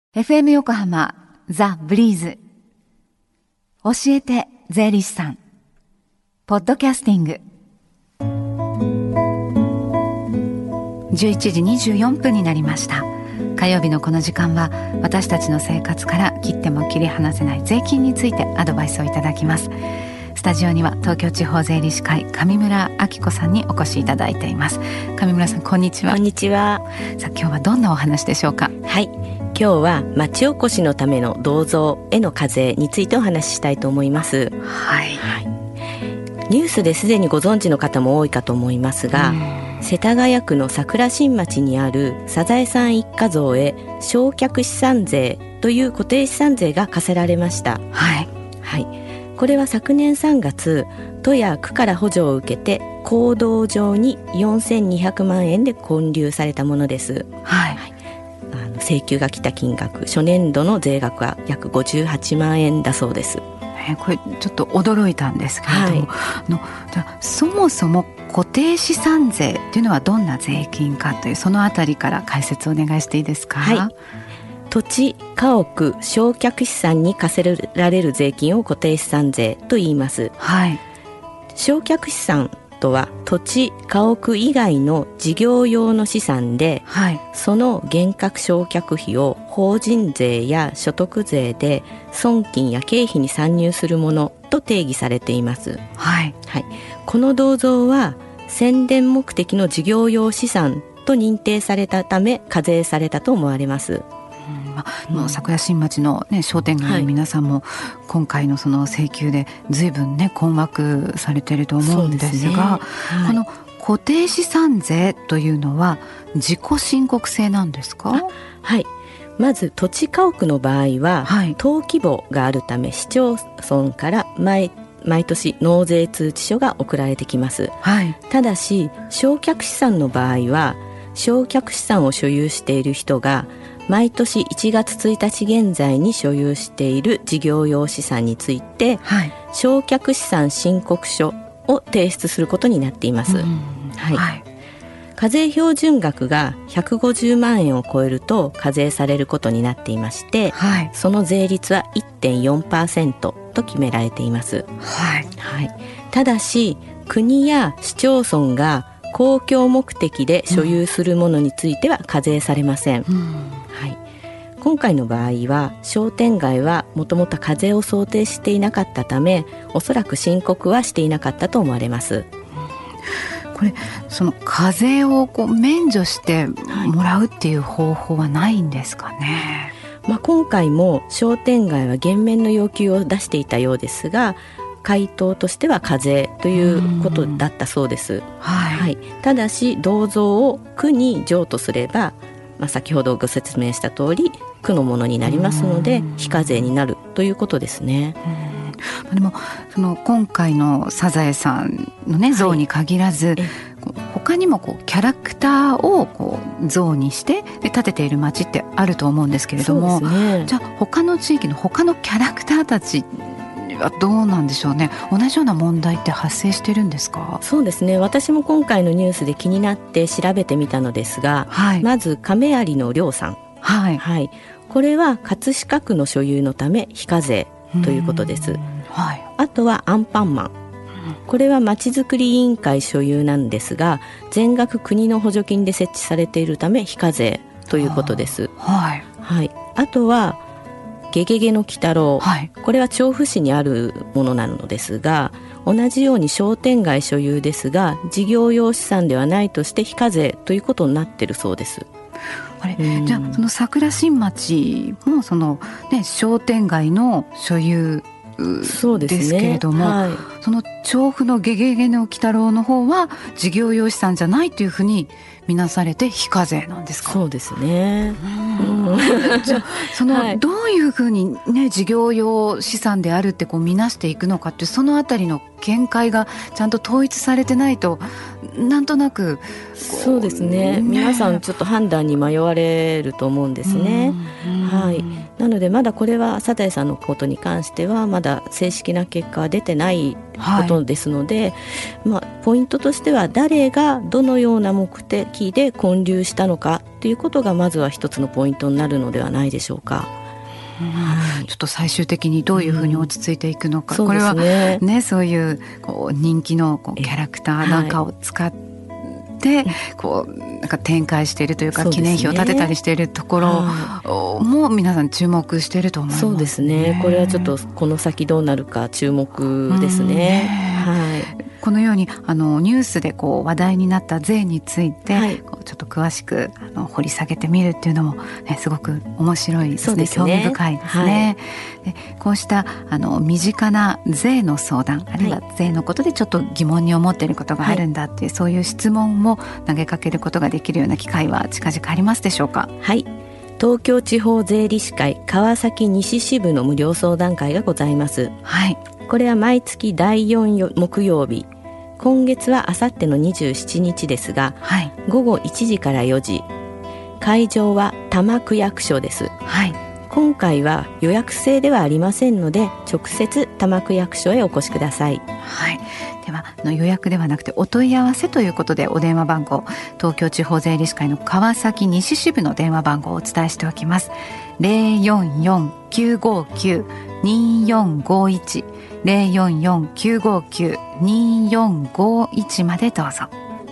FM 横浜ザ・ブリーズ教えて税理士さんポッドキャスティング11時24分になりました。火曜日のこの時間は私たちの生活から切っても切り離せない税金についてアドバイスをいただきます。スタジオには東京地方税理士会上村明子さんにお越しいただいています。上村さん、こんにちは。 こんにちは。 さあ、今日はどんなお話でしょうか。 はい、今日は町おこしのための銅像への課税についてお話ししたいと思います。 はい、 ニュースですでにご存知の方も多いかと思いますが、世田谷区の桜新町にあるサザエさん一家像へ償却資産税という固定資産税が課せられました。 はい、 これは昨年3月、都や区から補助を受けて公道上に4200万円で建立されたものです。請求が来た金額、初年度の税額は約58万円だそうです。 これちょっと驚いたんですけれども、じゃあそもそも固定資産税というのはどんな税金かという、そのあたりから解説をお願いしていいですか。 土地、家屋、償却資産に課せられる税金を固定資産税と言います。償却資産とは土地、家屋以外の事業用の資産で、その減額償却費を法人税や所得税で損金や経費に算入するものと定義されています。この銅像は宣伝目的の事業用資産と認定されたため課税されたと思われます。 もう桜新町の、商店街の皆さんも、今回のその請求で随分困惑されていると思うんですが、この固定資産税というのは自己申告制なんですか。 まず土地家屋の場合は、登記簿があるため市町村から毎年納税通知書が送られてきます。ただし償却資産の場合は、償却資産を所有している人が毎年1月1日現在に所有している事業用資産について、償却資産申告書を提出することになっています。課税標準額が150万円を超えると課税されることになっていまして、その税率は 1.4% と決められています。ただし国や市町村が公共目的で所有するものについては課税されません。今回の場合は商店街はもともと課税を想定していなかったため、おそらく申告はしていなかったと思われます。 これその課税を免除してもらうっていう方法はないんですかね。 今回も商店街は減免の要求を出していたようですが、回答としては課税ということだったそうです。ただし銅像を区に譲渡すれば、先ほどご説明した通り区のものになりますので非課税になるということですね。 でもその今回のサザエさんの、像に限らず、他にもキャラクターを像にして立てている町ってあると思うんですけれども、じゃあ他の地域の他のキャラクターたちはどうなんでしょうね。同じような問題って発生してるんですか。 そうですね、私も今回のニュースで気になって調べてみたのですが、まず亀有の亮さん、これは葛飾区の所有のため非課税ということです。あとはアンパンマン、これはまちづくり委員会所有なんですが、全額国の補助金で設置されているため非課税ということです。あとはゲゲゲの鬼太郎、これは調布市にあるものなのですが、同じように商店街所有ですが事業用資産ではないとして非課税ということになっているそうです。 じゃあその桜新町もその、商店街の所有ですけれども、その調布のゲゲゲの鬼太郎の方は事業用資産じゃないというふうに見なされて非課税なんですか。 そうですね。 じゃあその、どういうふうに、事業用資産であるって見なしていくのかって、そのあたりの見解がちゃんと統一されてないと、なんとなくそうですね、皆さんちょっと判断に迷われると思うんですね。 なのでまだこれはサザエさんのことに関してはまだ正式な結果は出てないことですので、ポイントとしては誰がどのような目的で建立したのかということがまずは一つのポイントになるのではないでしょうか。 ちょっと最終的にどういうふうに落ち着いていくのか、これはね、そういう人気のキャラクターなんかを使ってなんか展開しているというか、記念碑を建てたりしているところも皆さん注目していると思います。 そうですね、これはちょっとこの先どうなるか注目ですね。 このようにニュースで話題になった税について、ちょっと詳しく掘り下げてみるっていうのも、すごく面白いですね。興味深いですね。でこうした身近な税の相談、あるいは税のことでちょっと疑問に思っていることがあるんだっていう、そういう質問を投げかけることができるような機会は近々ありますでしょうか。 はい、東京地方税理士会川崎西支部の無料相談会がございます。これは毎月第4木曜日、今月はあさっての27日ですが、午後1時から4時、会場は多摩区役所です。今回は予約制ではありませんので、直接多摩区役所へお越しください。 では予約ではなくてお問い合わせということで、お電話番号、東京地方税理士会の川崎西支部の電話番号をお伝えしておきます。 044-959-2451 044-959-2451 までどうぞ。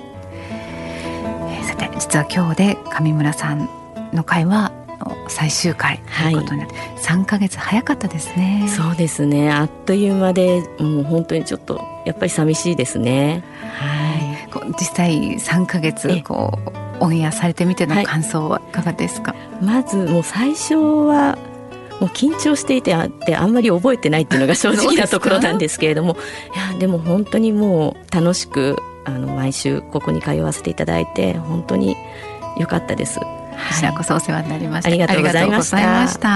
さて、実は今日で上村さんの会は最終回ということになって、3ヶ月早かったですね。 そうですね、あっという間で、もう本当にちょっとやっぱり寂しいですね。 実際3ヶ月オンエアされてみての感想はいかがですか。 まずもう最初はもう緊張していてあんまり覚えてないっていうのが正直なところなんですけれどもいやでも本当にもう楽しく毎週ここに通わせていただいて本当に良かったです。 こちらこそお世話になりました。 ありがとうございました。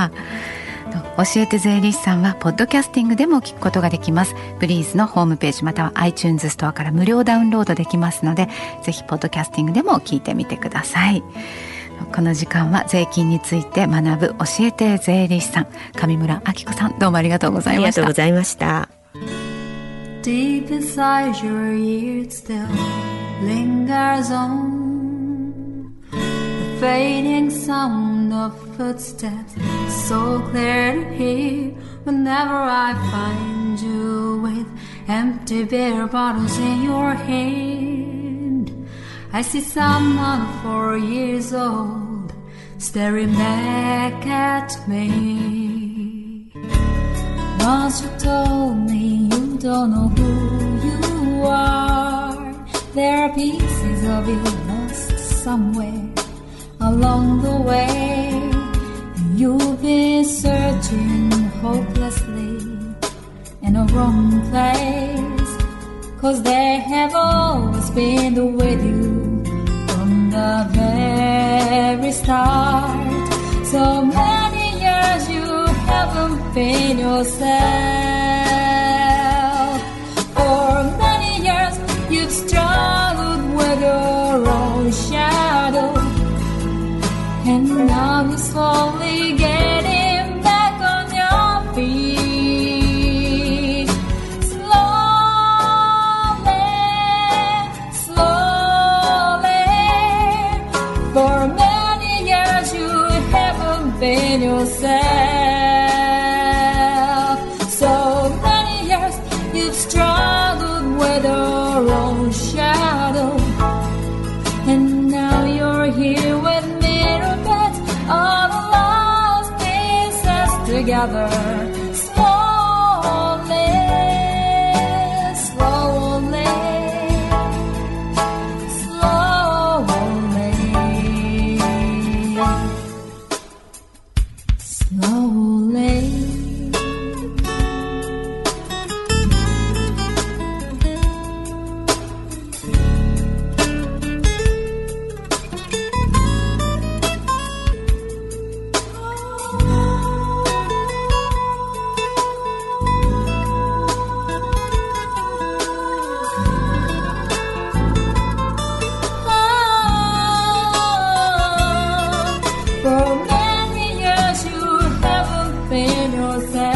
教えて税理士さんはポッドキャスティングでも聞くことができます。ブリーズのホームページまたは iTunes ストアから無料ダウンロードできますので、ぜひポッドキャスティングでも聞いてみてください。この時間は税金について学ぶ教えて税理士さん、上村明子さん、どうもありがとうございました。 ありがとうございました。 Deep inside your ears still lingers on the fading sound of footsteps, so clear to hear whenever I find you with empty beer bottles in your hand. I see someone 4 years old staring back at me. Once you told me you don't know who you are. There are pieces of you lost somewhere along the way. You've been searching hopelessly in a wrong place, 'cause they have always been with you from the very start. So many years you haven't been yourself. For many years you've struggled with your own shadow, and now you're slowly getting back on your feet. Slowly, slowly. For many years you haven't been yourself. So many years you've struggled with your own shadow, and now you're here with mirror beds, all the lost pieces together. Slowly, slowly, slowly, slowly. spin yourself